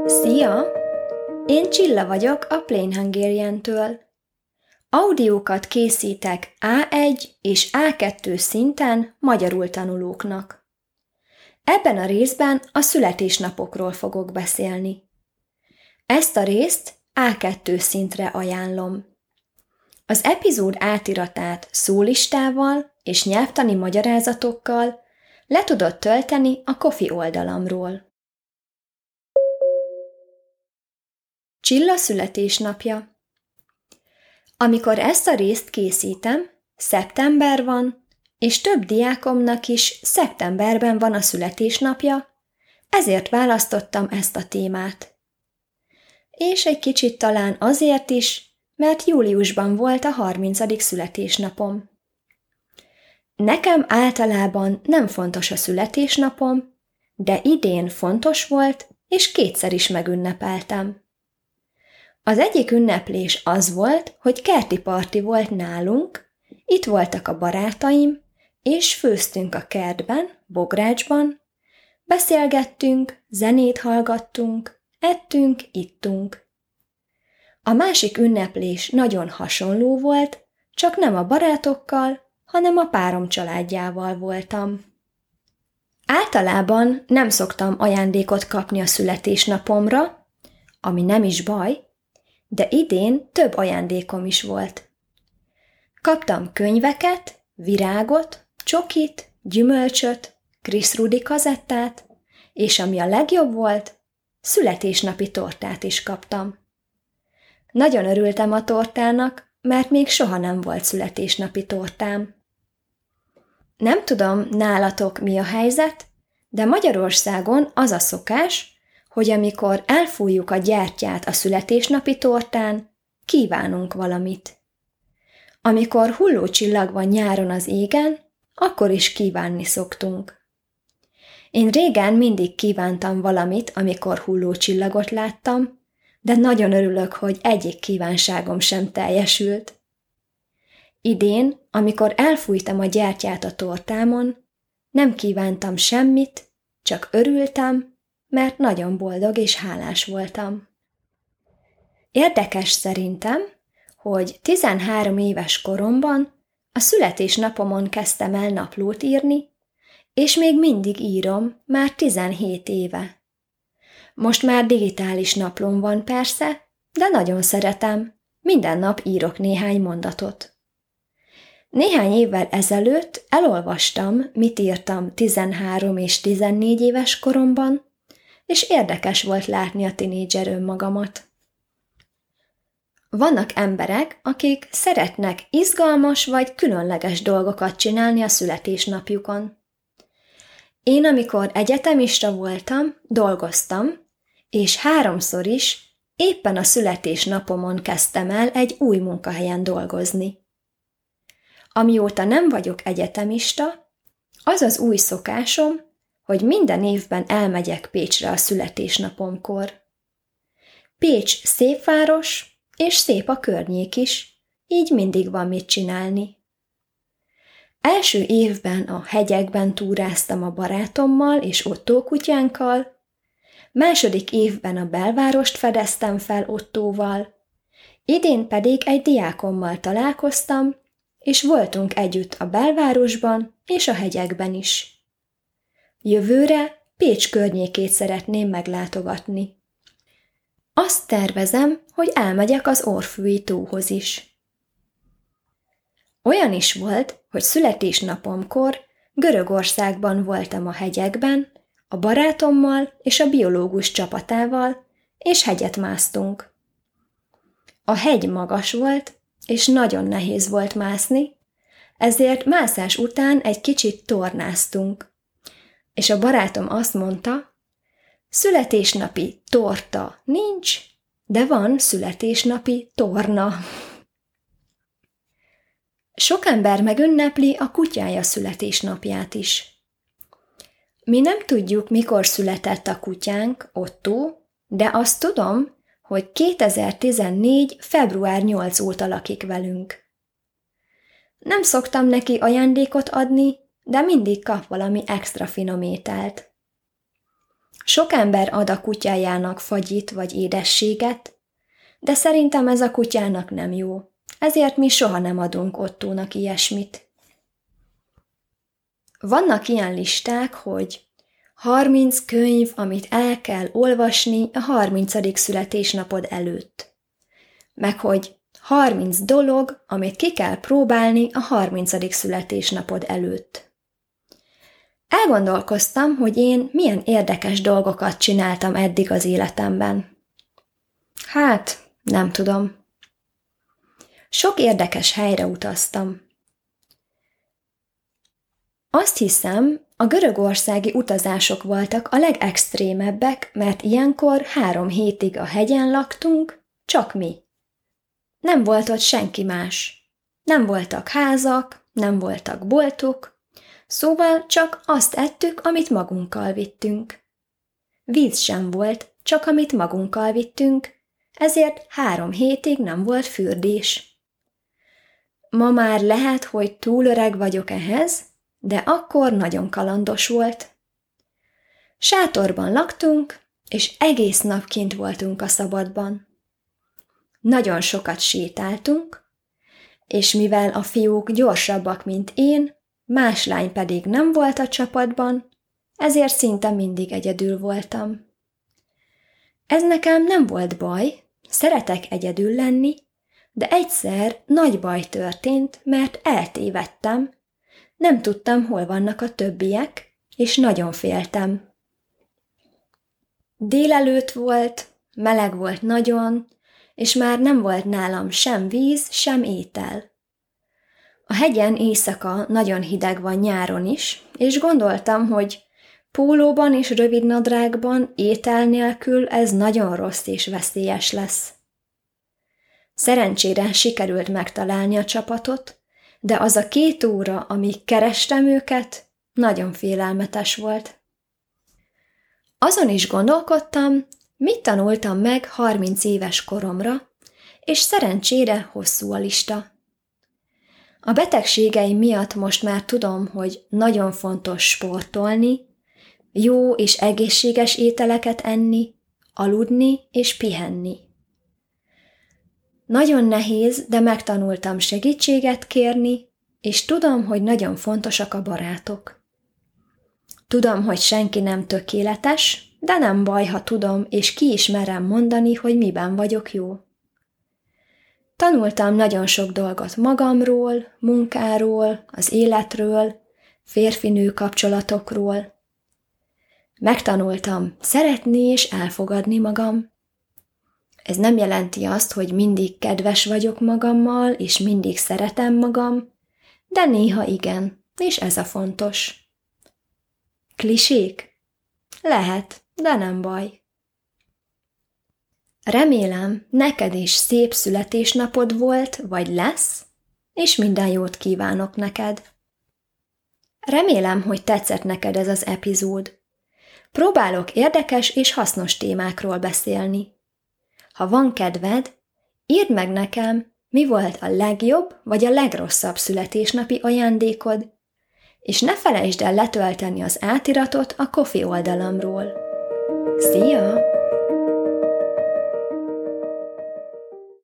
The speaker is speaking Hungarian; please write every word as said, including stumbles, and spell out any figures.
Szia! Én Csilla vagyok a Plain Hungarian-től. Audiókat készítek á egy és á kettő szinten magyarul tanulóknak. Ebben a részben a születésnapokról fogok beszélni. Ezt a részt á kettő szintre ajánlom. Az epizód átiratát szólistával és nyelvtani magyarázatokkal le tudod tölteni a Ko-fi oldalamról. Csilla születésnapja. Amikor ezt a részt készítem, szeptember van, és több diákomnak is szeptemberben van a születésnapja, ezért választottam ezt a témát. És egy kicsit talán azért is, mert júliusban volt a harmincadik születésnapom. Nekem általában nem fontos a születésnapom, de idén fontos volt, és kétszer is megünnepeltem. Az egyik ünneplés az volt, hogy kerti parti volt nálunk, itt voltak a barátaim, és főztünk a kertben, bográcsban, beszélgettünk, zenét hallgattunk, ettünk, ittunk. A másik ünneplés nagyon hasonló volt, csak nem a barátokkal, hanem a párom családjával voltam. Általában nem szoktam ajándékot kapni a születésnapomra, ami nem is baj, de idén több ajándékom is volt. Kaptam könyveket, virágot, csokit, gyümölcsöt, Chris Rudi kazettát, és ami a legjobb volt, születésnapi tortát is kaptam. Nagyon örültem a tortának, mert még soha nem volt születésnapi tortám. Nem tudom, nálatok mi a helyzet, de Magyarországon az a szokás, hogy amikor elfújjuk a gyertyát a születésnapi tortán, kívánunk valamit. Amikor hullócsillag van nyáron az égen, akkor is kívánni szoktunk. Én régen mindig kívántam valamit, amikor hullócsillagot láttam, de nagyon örülök, hogy egyik kívánságom sem teljesült. Idén, amikor elfújtam a gyertyát a tortámon, nem kívántam semmit, csak örültem, mert nagyon boldog és hálás voltam. Érdekes szerintem, hogy tizenhárom éves koromban a születésnapomon kezdtem el naplót írni, és még mindig írom, már tizenhét éve. Most már digitális naplóm van persze, de nagyon szeretem, minden nap írok néhány mondatot. Néhány évvel ezelőtt elolvastam, mit írtam tizenhárom és tizennégy éves koromban, és érdekes volt látni a tinédzser önmagamat. Vannak emberek, akik szeretnek izgalmas vagy különleges dolgokat csinálni a születésnapjukon. Én, amikor egyetemista voltam, dolgoztam, és háromszor is éppen a születésnapomon kezdtem el egy új munkahelyen dolgozni. Amióta nem vagyok egyetemista, az az új szokásom, hogy minden évben elmegyek Pécsre a születésnapomkor. Pécs szép város, és szép a környék is, így mindig van mit csinálni. Első évben a hegyekben túráztam a barátommal és Ottó kutyánkkal, második évben a belvárost fedeztem fel Ottóval, idén pedig egy diákommal találkoztam, és voltunk együtt a belvárosban és a hegyekben is. Jövőre Pécs környékét szeretném meglátogatni. Azt tervezem, hogy elmegyek az Orfűi tóhoz is. Olyan is volt, hogy születésnapomkor Görögországban voltam a hegyekben, a barátommal és a biológus csapatával, és hegyet másztunk. A hegy magas volt, és nagyon nehéz volt mászni, ezért mászás után egy kicsit tornáztunk. És a barátom azt mondta, születésnapi torta nincs, de van születésnapi torna. Sok ember megünnepli a kutyája születésnapját is. Mi nem tudjuk, mikor született a kutyánk, Ottó, de azt tudom, hogy kétezer-tizennégy. február nyolcadika óta lakik velünk. Nem szoktam neki ajándékot adni, de mindig kap valami extra finom ételt. Sok ember ad a kutyájának fagyit vagy édességet, de szerintem ez a kutyának nem jó, ezért mi soha nem adunk Ottónak ilyesmit. Vannak ilyen listák, hogy harminc könyv, amit el kell olvasni a harmincadik születésnapod előtt, meg hogy harminc dolog, amit ki kell próbálni a harmincadik születésnapod előtt. Elgondolkoztam, hogy én milyen érdekes dolgokat csináltam eddig az életemben. Hát, nem tudom. Sok érdekes helyre utaztam. Azt hiszem, a görögországi utazások voltak a legextrémebbek, mert ilyenkor három hétig a hegyen laktunk, csak mi. Nem volt ott senki más. Nem voltak házak, nem voltak boltok, szóval csak azt ettük, amit magunkkal vittünk. Víz sem volt, csak amit magunkkal vittünk, ezért három hétig nem volt fürdés. Ma már lehet, hogy túl öreg vagyok ehhez, de akkor nagyon kalandos volt. Sátorban laktunk, és egész nap kint voltunk a szabadban. Nagyon sokat sétáltunk, és mivel a fiúk gyorsabbak, mint én, más lány pedig nem volt a csapatban, ezért szinte mindig egyedül voltam. Ez nekem nem volt baj, szeretek egyedül lenni, de egyszer nagy baj történt, mert eltévedtem, nem tudtam, hol vannak a többiek, és nagyon féltem. Délelőtt volt, meleg volt nagyon, és már nem volt nálam sem víz, sem étel. A hegyen éjszaka nagyon hideg van nyáron is, és gondoltam, hogy pólóban és rövidnadrágban, étel nélkül ez nagyon rossz és veszélyes lesz. Szerencsére sikerült megtalálni a csapatot, de az a két óra, amíg kerestem őket, nagyon félelmetes volt. Azon is gondolkodtam, mit tanultam meg harminc éves koromra, és szerencsére hosszú a lista. A betegségeim miatt most már tudom, hogy nagyon fontos sportolni, jó és egészséges ételeket enni, aludni és pihenni. Nagyon nehéz, de megtanultam segítséget kérni, és tudom, hogy nagyon fontosak a barátok. Tudom, hogy senki nem tökéletes, de nem baj, ha tudom, és ki is merem mondani, hogy miben vagyok jó. Tanultam nagyon sok dolgot magamról, munkáról, az életről, férfi-nő kapcsolatokról. Megtanultam szeretni és elfogadni magam. Ez nem jelenti azt, hogy mindig kedves vagyok magammal, és mindig szeretem magam, de néha igen, és ez a fontos. Klisék? Lehet, de nem baj. Remélem, neked is szép születésnapod volt, vagy lesz, és minden jót kívánok neked. Remélem, hogy tetszett neked ez az epizód. Próbálok érdekes és hasznos témákról beszélni. Ha van kedved, írd meg nekem, mi volt a legjobb vagy a legrosszabb születésnapi ajándékod, és ne felejtsd el letölteni az átiratot a Ko-fi oldalamról. Szia!